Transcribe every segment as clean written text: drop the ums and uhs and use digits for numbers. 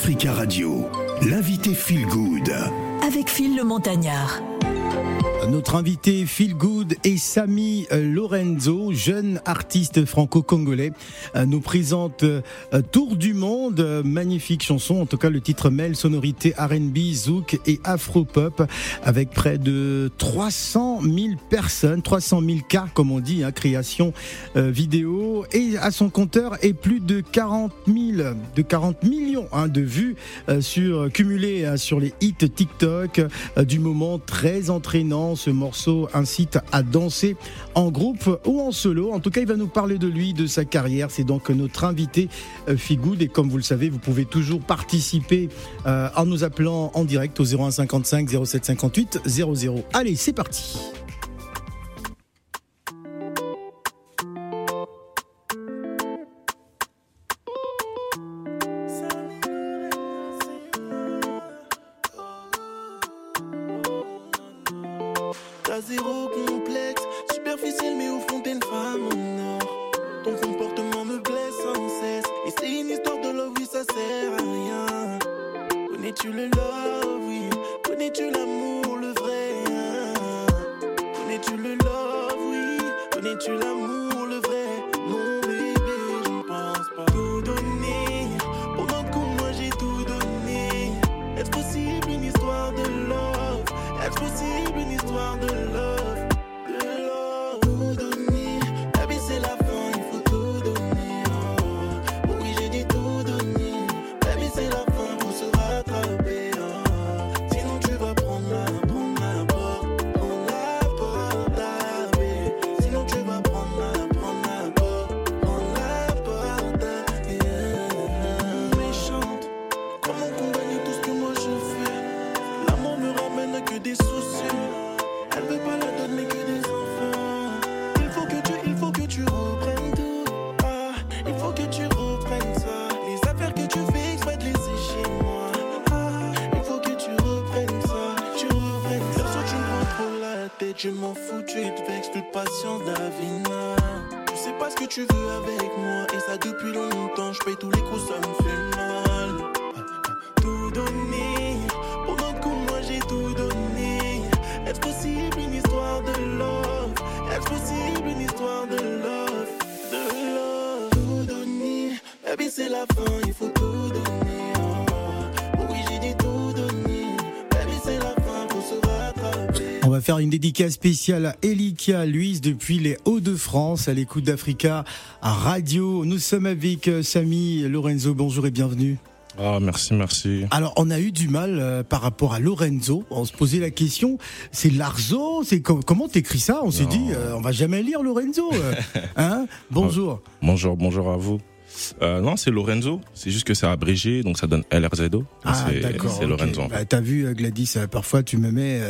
Africa Radio, l'invité Feel Good. Avec Phil le Montagnard. Notre invité Feel Good est Samy Lorenzo, jeune artiste franco-congolais, nous présente Tour du monde, magnifique chanson, en tout cas le titre mêle sonorité R&B, zouk et afro-pop avec près de 300 000 personnes, 300 000 cas comme on dit, création vidéo et à son compteur et plus de 40 millions de vues cumulées sur les hits TikTok du moment, très entraînant. Ce morceau incite à danser en groupe ou en solo. En tout cas, il va nous parler de lui, de sa carrière. C'est donc notre invité Feel Good. Et comme vous le savez, vous pouvez toujours participer en nous appelant en direct au 01 55 07 58 00. Allez, c'est parti. T'as zéro complexe, superficiel mais au fond t'es une femme en or. Ton comportement me blesse sans cesse. Et c'est une histoire de love, oui ça sert à rien. Connais-tu le love, oui. Connais-tu l'amour, le vrai, Connais-tu le love, oui. Connais-tu l'amour, le vrai. Mon bébé, je ne pense pas tout donner. Pour notre coup, moi j'ai tout donné. Est-ce possible une histoire de love? Est-ce possible une histoire de love? De love. Tout donner, baby c'est la fin, il faut tout donner. Oh. Oui j'ai dit tout donner, baby c'est la fin, faut se rattraper. Sinon tu vas prendre la porte, sinon tu vas prendre la porte, méchante, comment condamner tout ce que moi je fais? L'amour me ramène que des soucis. Elle veut pas la donner que des enfants. Il faut que tu reprennes tout. Il faut que tu reprennes ça. Les affaires que tu fais exprès de laisser chez moi. Il faut que tu reprennes ça. Perso tu me prends trop la tête. Je m'en fous, tu te vexes, plus de patience Davina. Tu sais pas ce que tu veux avec moi. Et ça depuis longtemps, je paye tous les coups, ça me fait mal. Tout donner, pour notre coup moi j'ai tout donné. Est-ce possible une histoire de love? Est-ce possible une histoire de love? De love. Tout donner, baby c'est la fin, il faut tout donner. Oui j'ai dit tout donner, baby c'est la fin, faut se rattraper. On va faire une dédicace spéciale à Elikia Luis depuis les Hauts-de-France à l'écoute d'Africa Radio. Nous sommes avec Samy Lorenzo, bonjour et bienvenue. Merci. Alors, on a eu du mal par rapport à Lorenzo. On se posait la question, c'est Larzo, comment t'écris ça? On s'est dit, on va jamais lire Lorenzo. Bonjour. Bonjour à vous. Non, c'est Lorenzo. C'est juste que c'est abrégé, donc ça donne LRZO. D'accord. C'est Lorenzo. Bah, t'as vu, Gladys, parfois tu me mets.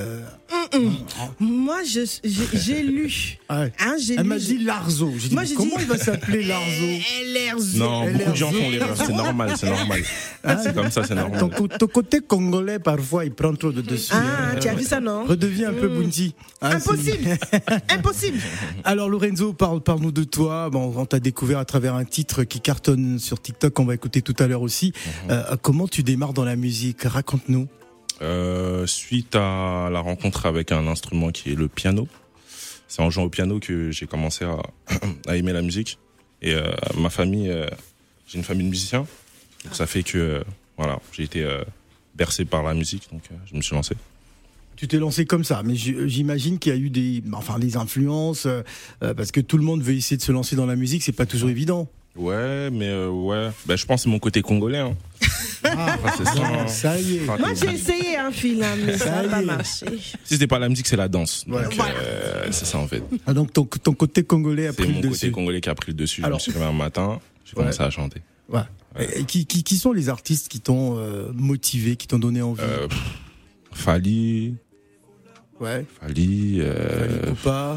Moi, j'ai lu. Ouais. Elle m'a dit Larzo. J'ai dit, comment il va s'appeler Larzo? Non, beaucoup de gens font l'erreur. C'est normal. C'est comme ça, c'est normal. Ton côté congolais, parfois, il prend trop de dessus. Tu as vu ça, non? Redeviens un peu Bunzi. Impossible. Alors, Lorenzo, parle-nous de toi. Bon, on t'a découvert à travers un titre qui cartonne sur TikTok, qu'on va écouter tout à l'heure aussi. Comment tu démarres dans la musique? Raconte-nous. Suite à la rencontre avec un instrument qui est le piano. C'est en jouant au piano que j'ai commencé à aimer la musique. Et ma famille, j'ai une famille de musiciens. Donc ça fait que j'ai été bercé par la musique, donc je me suis lancé. Tu t'es lancé comme ça, mais j'imagine qu'il y a eu des influences, parce que tout le monde veut essayer de se lancer dans la musique, c'est pas toujours évident. Ouais, mais je pense que c'est mon côté congolais. C'est ça. Ça y est. Moi j'ai essayé Phil, mais ça n'a pas marché. Si c'était pas la musique, c'est la danse. Ouais. Donc c'est ça en fait. Donc ton côté congolais a pris le dessus. C'est mon côté congolais qui a pris le dessus. Alors, je me suis réveillé un matin, j'ai commencé à chanter. Ouais. Et qui sont les artistes qui t'ont motivé, qui t'ont donné envie? Fali. Ouais. Fali Poupa.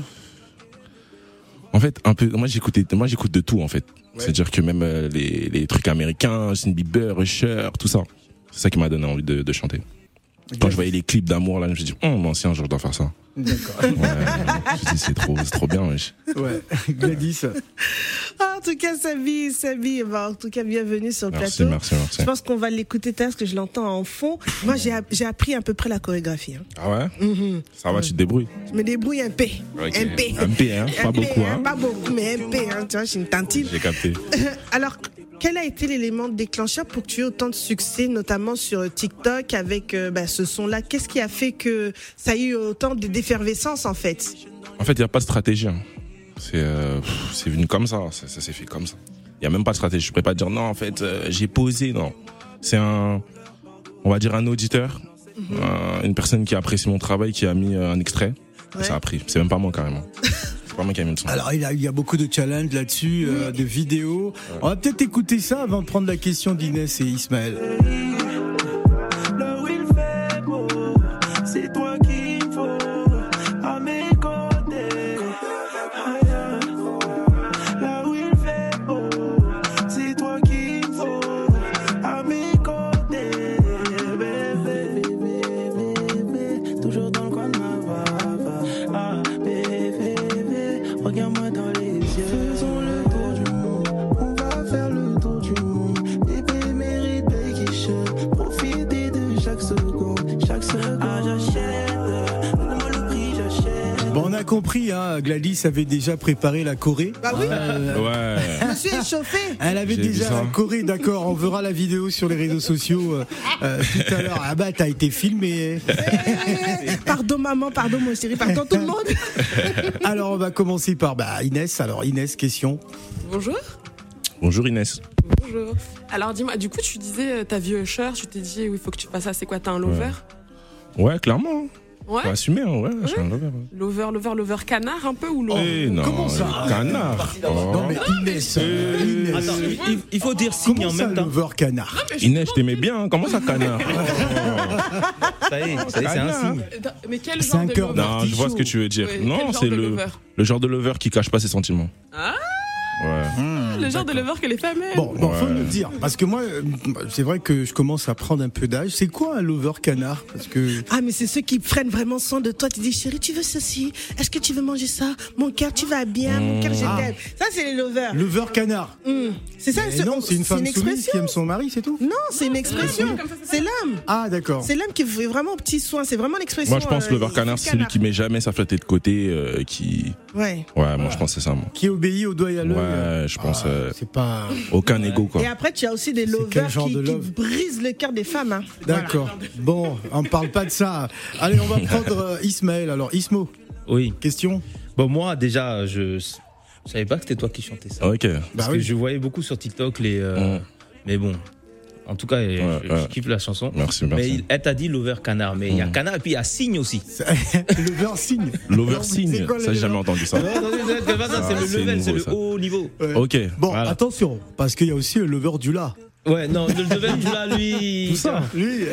En fait, un peu. Moi, j'écoute de tout en fait. Ouais. C'est-à-dire que même les trucs américains, Justin Bieber, Usher, tout ça. C'est ça qui m'a donné envie de chanter. Quand je voyais les clips d'amour là, je me suis dit, moi aussi un jour je dois faire ça. D'accord. Ouais, je me suis dit, c'est trop bien, wesh. Ouais. Gladys. tout cas, Samy, en tout cas, bienvenue sur le Merci, plateau. merci. Je pense qu'on va l'écouter tout à l'heure parce que je l'entends en fond. Moi, j'ai appris à peu près la chorégraphie. Hein. Ah ouais? Ça va, tu te débrouilles? Je me débrouille un peu. Ok. Un peu. Un peu, hein? Pas beaucoup, hein? Pas beaucoup, mais un peu. Hein. Tu vois, je suis une tantine. J'ai capté. Alors, quel a été l'élément déclencheur pour que tu aies autant de succès, notamment sur TikTok avec ce son-là? Qu'est-ce qui a fait que ça a eu autant d'effervescence, en fait? En fait, il n'y a pas de stratégie. Hein. C'est venu comme ça s'est fait comme ça. Il n'y a même pas de stratégie. Je ne pourrais pas dire non, en fait, j'ai posé, non. C'est on va dire un auditeur, une personne qui a apprécié mon travail, qui a mis un extrait, et ça a pris. C'est même pas moi, carrément. C'est pas moi qui a mis le son. Alors, il y a beaucoup de challenges là-dessus, de vidéos. Ouais. On va peut-être écouter ça avant de prendre la question d'Inès et Ismaël. Là où il fait beau, c'est toi qu'il faut à mes côtés. Là où il fait beau, c'est toi qu'il faut à mes côtés. Bébé, toujours dans le coin de ma bava. Ah, bébé, regarde-moi dans les yeux. Faisons le tour du monde, on va faire le tour du monde. Bébé mérite vacation, profiter de chaque seconde. Ah, j'achète, donne-moi le prix, j'achète. Bon, on a compris, hein, Gladys avait déjà préparé la Corée. Bah oui, Ouais. je me suis échauffée. Elle avait J'ai déjà vu ça. la Corée, d'accord. On verra la vidéo sur les réseaux sociaux tout à l'heure. Ah bah, t'as été filmé. Pardon maman, pardon mon chéri, pardon tout le monde. Alors, on va commencer par Inès. Alors, Inès, question. Bonjour. Bonjour Inès. Bonjour. Alors dis-moi, du coup tu disais t'as vu Usher, tu t'es dit il faut que tu fasses ça, c'est quoi, t'as un lover? Ouais, clairement. Ouais. Faut assumer, hein, ouais. Je suis un lover. Lover canard un peu ou lover? Eh non. comment ça? Canard. Non, mais Inès. Inès. Attends, il faut dire signe Comment en ça, même temps. lover canard? Inès, je t'aimais bien. Hein. Comment ça, canard? Ça y est, c'est un signe. Mais quel C'est genre un de cœur lover? Non, je vois ce que tu veux dire. Ouais, Non, quel genre c'est de lover? le genre de lover qui cache pas ses sentiments. Ah. Ouais. Le genre de lover que les femmes aiment. Bon, faut me le dire. Parce que moi, c'est vrai que je commence à prendre un peu d'âge. C'est quoi un lover canard? Parce que. Ah, mais c'est ceux qui prennent vraiment soin de toi. Tu dis, chérie, tu veux ceci? Est-ce que tu veux manger ça? Mon cœur, tu vas bien? Mon cœur, je t'aime. Ça, c'est les lovers. Lover canard. C'est ça, Mais non, c'est une femme soumise qui expression. aime son mari, c'est tout. Non, c'est une expression. C'est l'homme. Ah, d'accord. C'est l'homme qui fait vraiment petit soin. C'est vraiment l'expression. Moi, je pense que lover canard, c'est celui qui met jamais sa flatée de côté, qui. Ouais. Ouais, moi, je pense que c'est ça, moi. Qui obéit au doigt et à l'œil. Ouais, je pense. C'est pas. Aucun ego, quoi. Et après, tu as aussi des quel lovers genre de qui love brisent le cœur des femmes. Hein. D'accord. Bon, on ne parle pas de ça. Allez, on va prendre Ismaël. Alors, Ismo, Oui. question. Bon, moi, déjà, je savais pas que c'était toi qui chantais ça. Ok. Parce que je voyais beaucoup sur TikTok les. Mais bon, en tout cas, je kiffe la chanson. Merci. Mais elle t'a dit lover canard, mais il y a canard et puis il y a cygne aussi. Lover signe. Lover C'est signe. quoi, le Ça, j'ai lover jamais entendu ça. Non, c'est pas ça, c'est le c'est level, c'est nouveau, le ça. haut niveau. Ouais. Ok. Bon, Voilà. attention, parce qu'il y a aussi le lover du lard. Ouais, non, le level du là, lui. Tout ça, lui.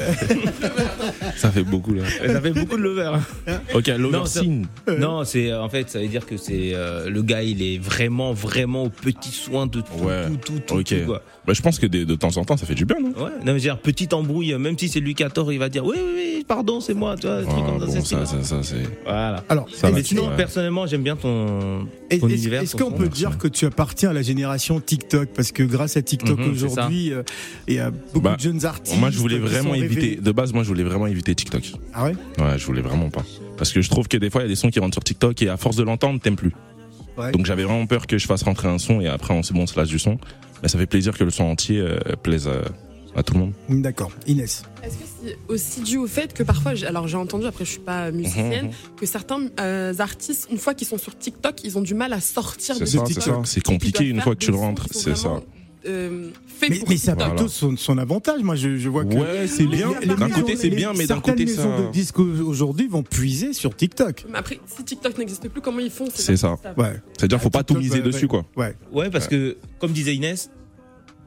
Ça fait beaucoup, là. Ça fait beaucoup de lover. Ok, lover Non, ça- signe. Non, c'est en fait, ça veut dire que c'est le gars, il est vraiment au petit soin de tout, Ouais. tout, Ok. tout, quoi. Bah, je pense que de temps en temps, ça fait du bien, non? Ouais, non, mais j'ai petite embrouille, même si c'est lui qui a tort, il va dire oui, pardon, c'est moi, tu vois, un truc comme ça, Bon, c'est ça, stylé. c'est. Voilà. Alors, Ça va, Mais tu sinon, vois. personnellement, j'aime bien ton est-ce univers. est-ce ton qu'on son. peut dire que tu appartiens à la génération TikTok? Parce que grâce à TikTok Mhm, aujourd'hui, il y a beaucoup Bah, de jeunes artistes. Moi, je voulais qui vraiment sont éviter. révélés. De base, moi, je voulais vraiment éviter TikTok. Ah ouais? Ouais, je voulais vraiment pas. Parce que je trouve que des fois, il y a des sons qui rentrent sur TikTok et à force de l'entendre, t'aimes plus. Ouais. Donc, j'avais vraiment peur que je fasse rentrer un son et après, c'est bon, on se lasse du son. Mais ça fait plaisir que le son entier plaise à tout le monde. D'accord. Inès. Est-ce que c'est aussi dû au fait que parfois, alors j'ai entendu, après je suis pas musicienne, que certains artistes, une fois qu'ils sont sur TikTok, ils ont du mal à sortir de C'est ça, TikTok. c'est ça. C'est compliqué une fois que tu rentres. C'est ça. Mais ça a Voilà. plutôt son avantage. Moi, je vois que. Ouais, c'est bien. D'un côté, c'est bien, mais d'un côté, ça. Certaines maisons de disques aujourd'hui vont puiser sur TikTok. Mais après, si TikTok n'existe plus, comment ils font C'est ça. Ouais. C'est-à-dire, faut pas tout TikTok, miser ouais, dessus, quoi. Ouais. Ouais, parce que, comme disait Inès,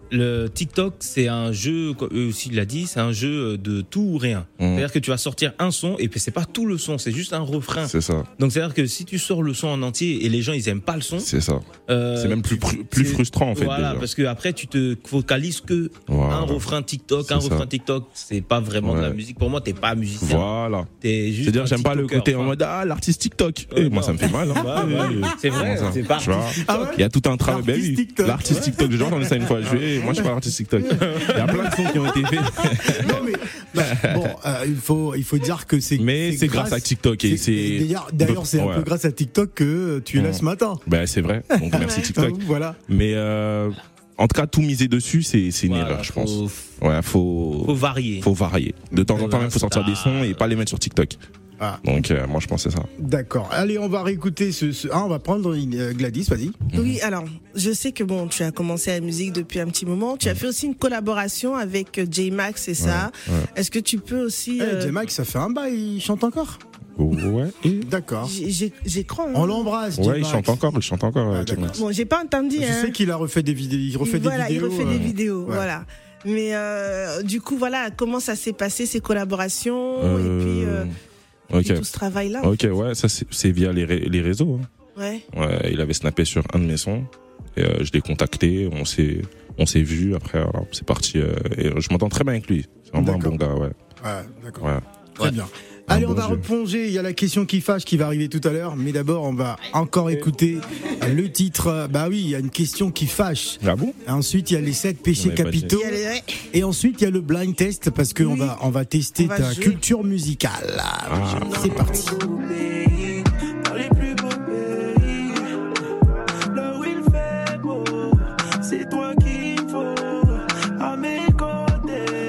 Le TikTok, c'est un jeu, comme eux aussi il l'a dit, c'est un jeu de tout ou rien. C'est-à-dire que tu vas sortir un son et puis c'est pas tout le son, c'est juste un refrain. C'est ça. Donc c'est-à-dire que si tu sors le son en entier et les gens ils aiment pas le son, c'est ça. C'est même plus frustrant en fait. Voilà, déjà. parce que après tu te focalises que un refrain TikTok, c'est pas vraiment de la musique. Pour moi, t'es pas musicien. Voilà. T'es juste. C'est-à-dire, j'aime pas le côté en mode l'artiste TikTok. Moi, ça me fait mal. C'est vrai, c'est pas. Il y a tout un travail. Ben oui, l'artiste TikTok. J'ai entendu ça une fois. Moi, je suis pas l'artiste TikTok. Il y a plein de sons qui ont été faits. Non mais bon, il faut dire que c'est. Mais c'est grâce à TikTok et c'est. D'ailleurs, c'est un peu grâce à TikTok que tu es là ce matin. Ben c'est vrai. Donc merci TikTok. Voilà. Mais en tout cas, tout miser dessus, c'est une erreur, je pense. Ouais, faut varier. Faut varier. De temps en temps, il faut sortir des sons et pas les mettre sur TikTok. Ah. Donc moi je pensais ça. D'accord. Allez, on va réécouter on va prendre Gladys, vas-y. Oui, alors je sais que tu as commencé la musique depuis un petit moment. Tu as fait aussi une collaboration avec J-Max et ça. Ouais. Est-ce que tu peux aussi J-Max, ça fait un bail, il chante encore. Ouais. D'accord. J'ai crois. On l'embrasse. Ouais, il chante encore. J-Max. Bon, j'ai pas entendu. Je sais qu'il a refait des vidéos. Il refait des vidéos. Ouais. Voilà. Mais du coup, voilà, comment ça s'est passé ces collaborations et puis. Tout ce travail-là. Ok, ouais, ça c'est via les réseaux. Hein. Ouais, il avait snappé sur un de mes sons et je l'ai contacté, on s'est vu. Après, alors, c'est parti. Et je m'entends très bien avec lui. C'est vraiment un bon gars, ouais. D'accord. Ouais. Très bien. Allez, on va replonger. Il y a la question qui fâche qui va arriver tout à l'heure. Mais d'abord, on va encore écouter le titre. Bah oui, il y a une question qui fâche. Ah bon? Ensuite, il y a les 7 péchés capitaux. Et ensuite, il y a le blind test parce qu'on on va tester ta culture musicale. C'est parti. C'est toi qu'il faut à mes côtés.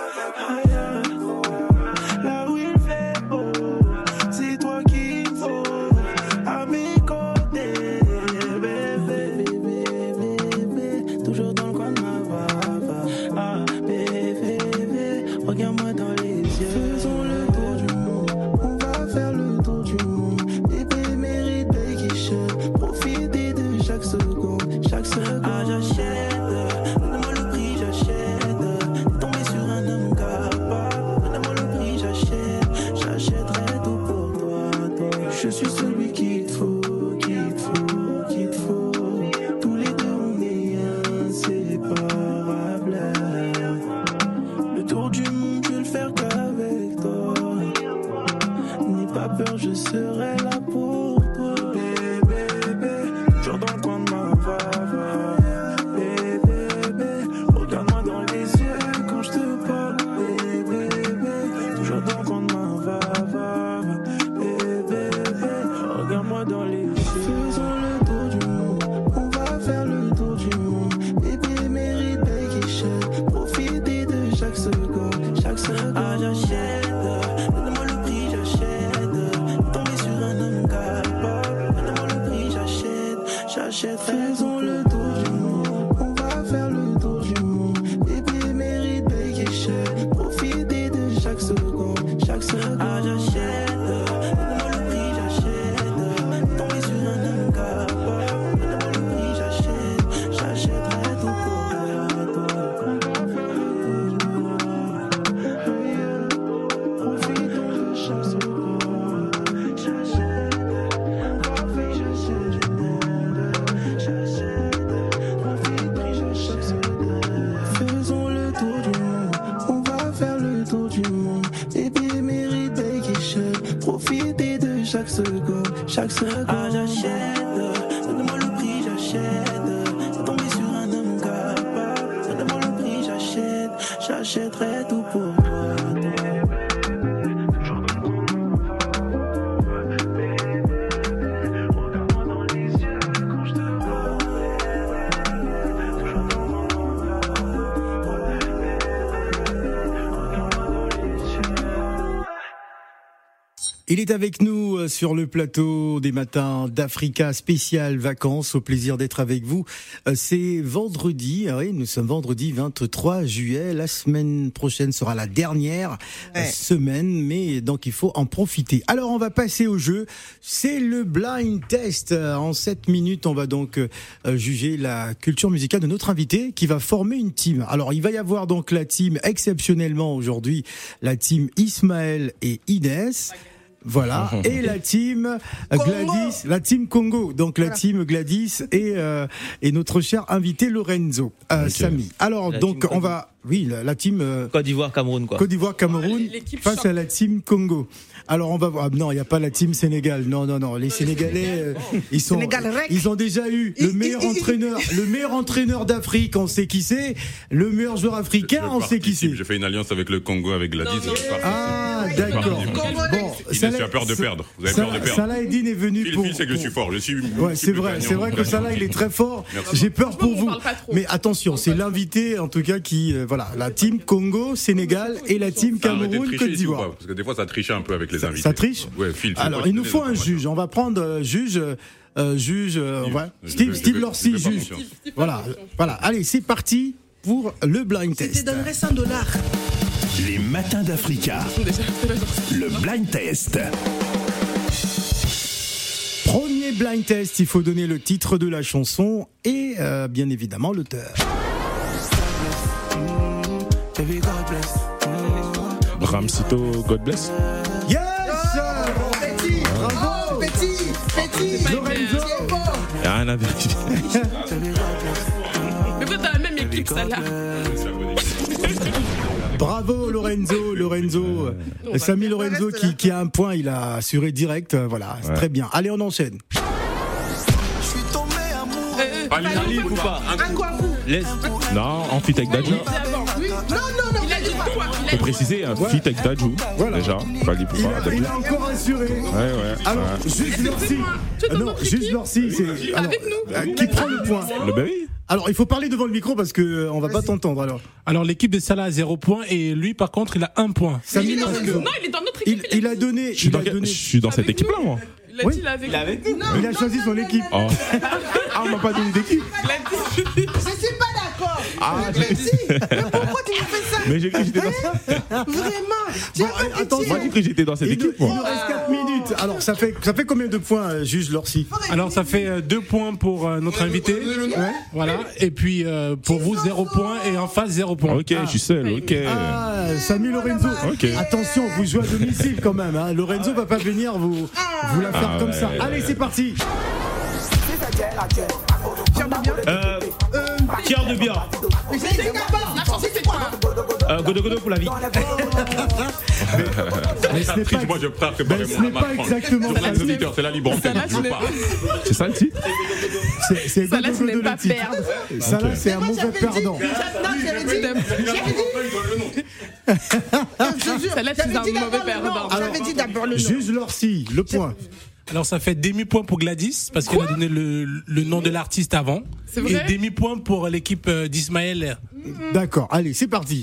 Là où il fait beau, c'est toi qu'il faut à mes côtés. Bébé, toujours dans le coin de ma vava. Ah, bébé, regarde-moi dans les yeux. Faisons le tour du monde, on va faire le tour du monde. Bébé mérite vacation, profiter de chaque seconde, chaque seconde. Ah, j'achète, donne-moi le prix, j'achète. Tomber sur un homme capable, donne-moi le prix, j'achèterai tout pour toi. Je suis celui qu'il te faut, qu'il te faut. Tous les deux on est inséparables. Le tour du monde, je vais le faire qu'avec toi. N'aie pas peur, je serai là pour toi. Bébé, toujours dans le coin de ma vava. Bébé, regarde-moi dans les yeux quand je te parle. Bébé, toujours dans le coin de ma vava. Bébé, regarde-moi dans les yeux. Faisons le tour du monde, on va faire le tour du monde. Bébé mérite vacation, profiter de chaque seconde, chaque seconde. Ah, j'achète, donne-moi le prix, j'achète. Tomber sur un homme capable, donne-moi le prix, j'achète. Faisons le tour du monde, on va faire le tour du monde. Bébé mérite vacation, profiter de chaque seconde, chaque seconde. Ah, j'achète, donne-moi le prix, j'achète. Tomber sur un homme capable, donne-moi le prix, j'achèterai tout pour toi. On va faire le tour du monde, profitons de chaque seconde, j'achète. On va faire, j'achète. Faisons le tour du monde, on va faire le tour du monde. Bébé mérite vacation, profiter de chaque seconde, chaque seconde. Ah, j'achète, donne-moi le prix, j'achète. Tomber sur un homme capable, donne-moi le prix, j'achèterai tout pour toi. Il est avec nous sur le plateau des matins d'Africa spécial vacances. Au plaisir d'être avec vous. C'est vendredi, oui, nous sommes vendredi 23 juillet. La semaine prochaine sera la dernière semaine, mais donc il faut en profiter. Alors on va passer au jeu. C'est le blind test. En 7 minutes, on va donc juger la culture musicale de notre invité qui va former une team. Alors il va y avoir donc la team exceptionnellement aujourd'hui, la team Ismaël et Inès. Voilà, et la team Gladys, la team Congo, donc la team Gladys et notre cher invité Lorenzo, Samy. Alors donc on va, la team Côte d'Ivoire Cameroun quoi. Côte d'Ivoire Cameroun face à la team Congo. Alors on va voir. Non, il y a pas la team Sénégal. Non. Les Sénégalais, ils ont déjà eu le meilleur entraîneur d'Afrique. On sait qui c'est. Le meilleur joueur africain, on sait qui c'est. J'ai fait une alliance avec le Congo, avec Gladys. Ah, d'accord. Bon, tu as peur de perdre. Vous avez peur de perdre. Salah Eddine est venu pour. C'est que je suis fort. Je suis. Ouais, c'est vrai que Salah il est très fort. J'ai peur pour vous. Mais attention, c'est l'invité en tout cas qui, la team Congo, Sénégal et la team Cameroun, Côte d'Ivoire. Parce que des fois ça triche un peu avec les invités. Ça triche. Ouais, alors il nous faut un juge. On va prendre juge. Steve Lorcy, juge. Voilà. Allez, c'est parti pour le blind test. Je te donnerai $100. Les matins d'Africa. Le blind test. Premier blind test, il faut donner le titre de la chanson et bien évidemment l'auteur. Ramsito, God Bless. Yes! Bravo! Petit! Lorenzo! Il n'y a rien à vérifier. Mais vous êtes dans la même équipe, ça là. Bravo Lorenzo. Samy Lorenzo qui a un point, il a assuré direct. Voilà, c'est très bien. Allez, on enchaîne. Je suis tombé amoureux. Pas ou pas. Un quoi? Non, en feat avec Dadju. Non. Il a dit quoi? Faut préciser, un feat avec Dadju. Voilà. Déjà, pas libre ou pas. Il a encore assuré. Ouais. Alors, juste Lorcy, c'est. Alors, qui prend le point? Le baby. Alors, il faut parler devant le micro parce que on va pas t'entendre alors. Alors, l'équipe de Salah a 0 points et lui, par contre, il a 1 point. Samy Non, Lorenzo. il est dans notre équipe. Il a donné. Je suis dans cette équipe-là, moi. Il a dit il est avec nous. Il a choisi son équipe. Oh. Ah, on m'a pas donné d'équipe. Je suis pas d'accord. Ah, Mais pourquoi tu me fais ça? mais j'ai cru que j'étais dans. Vraiment. Attends, Moi, j'ai cru que j'étais dans cette équipe, Il moi. nous reste 4 minutes. Alors, ça fait combien de points, juge Lorcy? Alors, ça fait 2 points pour notre invité. Voilà. Et puis, pour vous, 0 points et en face, 0 points. Ok, je suis seul, ok. Ah, Samy Lorenzo. Ok. Attention, vous jouez à domicile quand même. Hein. Lorenzo va pas venir vous la faire comme ça. Allez, c'est parti. Cœur de bien. Godo pour la vie. Mais ce n'est pas, Moi, je prends préparer ce mon n'est pas exactement ça. Les auditeurs, c'est la libre antenne. Je veux pas. C'est ça le titre? C'est Ça là, tu Godo n'aimes le pas titre. perdre. Ça là, c'est un mauvais perdant. Ça là, tu es un mauvais perdant. J'avais dit d'abord le nom. Juge Lorcy, le point. Alors, ça fait demi-point pour Gladys parce qu'elle a donné le nom de l'artiste avant. C'est vrai? Et demi-point pour l'équipe d'Ismaël. D'accord, allez, c'est parti.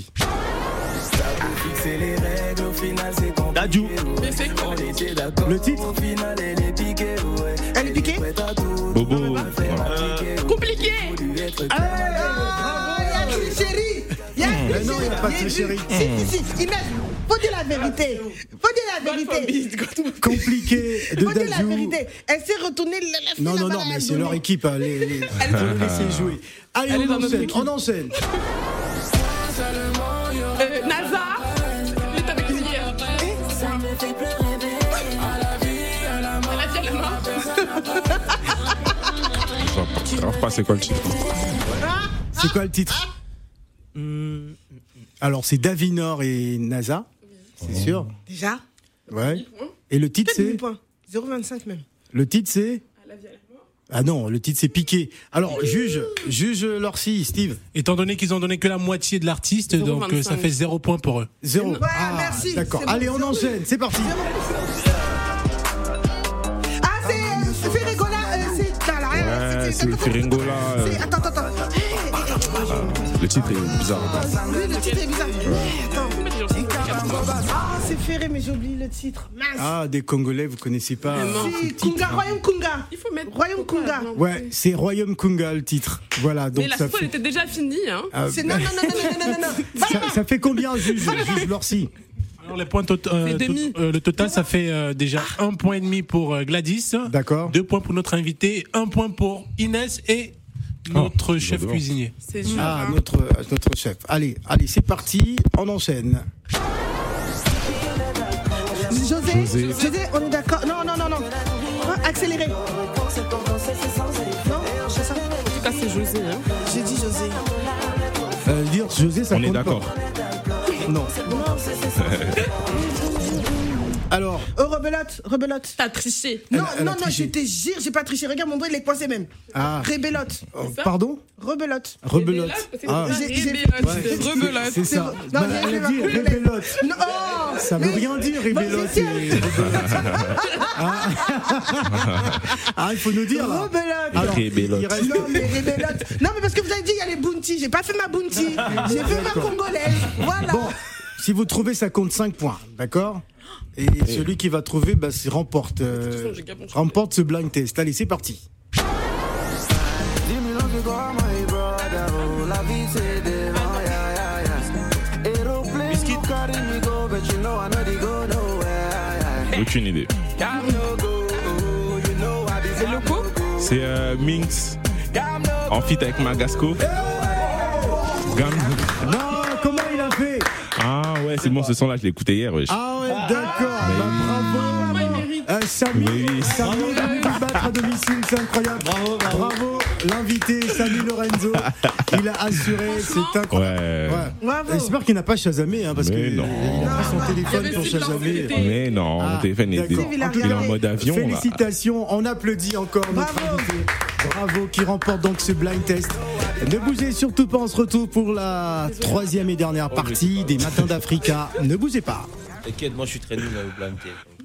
Dadju. Mais c'est quoi? Le titre? Elle est piquée? Bobo. Compliqué. Il y a tricherie. Mais non, il n'y a pas de tricherie. Si, Inès, faut dire la vérité. Compliqué de Faut dire la Dadju. vérité. Elle s'est retournée. Non, mais c'est leur équipe. Hein, faut les laisser jouer. Allez, Elle est dans on notre enchaîne. équipe. On enchaîne. NASA. Il est avec lui hier. Elle a dit elle est morte. Je ne sais pas c'est quoi le titre. C'est quoi le titre? Alors, c'est Davinor et NASA, c'est sûr. Déjà? Ouais. Et le titre, c'est? 0,25 même. Le titre, c'est? Ah non, le titre, c'est Piqué. Alors, juge Lorcy, Steve. Étant donné qu'ils ont donné que la moitié de l'artiste, donc 0,25. ça fait 0 point pour eux. 0. Ouais, merci. D'accord. C'est bon, Allez, on enchaîne. C'est parti. Ah, c'est Ferregola. C'est Ferregola. Attends. Le titre est bizarre. Oui, le titre est bizarre. Attends. Ah, c'est Ferré, mais j'ai oublié le titre. Mince. Ah, des Congolais, vous connaissez pas. Si, Kunga, Royaume Kunga. Il faut mettre Royaume Kunga. Ouais, c'est Royaume Kunga le titre. Voilà, donc Mais la ça chanson, elle fait... était déjà finie, hein. C'est non. Ça fait combien, juge Lorcy? Alors les points le total, ça fait déjà 1,5 point pour Gladys. D'accord. 2 points pour notre invité, 1 point pour Inès et notre chef cuisinier. C'est dur. Ah, hein. notre chef. Allez, c'est parti, on enchaîne. José, on est d'accord. Non. Accéléré. Non, c'est ça. En tout cas, c'est José. Hein. J'ai dit José. Dire José, ça On compte est d'accord. pas. Non. Alors, rebelote. T'as triché. Non, elle a triché. je te jure, j'ai pas triché. Regarde, mon doigt, il est coincé même. Ah. Rébelote. Pardon? Rebelote. Rebelote. Ah. Rebelote. C'est ça. Non, Elle a dit rébelote. Non, Ça veut rien dire, rébelote. Ah, il faut nous dire là. Rebelote. Alors, Rébelote. il reste- Non, mais rébelote. Non, mais parce que vous avez dit, il y a les bounty. J'ai pas fait ma bounty. J'ai fait ma congolaise. Voilà. Bon, si vous trouvez, ça compte 5 points, d'accord? Et celui qui va trouver, remporte ce blind test. Allez, c'est parti. Aucune idée. C'est Loco. C'est Minx en feat avec Magasco. Non, comment il a fait? Ah ouais, c'est bon, ce son-là, je l'ai écouté hier. Wesh. Ah ouais, d'accord. Bravo. Samy, Samy va battre à domicile, c'est incroyable. Bravo, l'invité Samy Lorenzo. Il a assuré, c'est incroyable. Ouais. Bravo. J'espère qu'il n'a pas chasamé, hein, parce Mais qu'il non. a pris son téléphone Il y pour avait chasamer. Sylvain, Mais non, Ah, mon téléphone est d'accord. il est en mode avion. Là. Félicitations, on applaudit encore notre Bravo. invité. Bravo, qui remporte donc ce blind test. Ne bougez surtout pas, on se retrouve pour la 3e et dernière partie des Matins d'Africa. Ne bougez pas. T'inquiète, moi je suis très nul au blind test.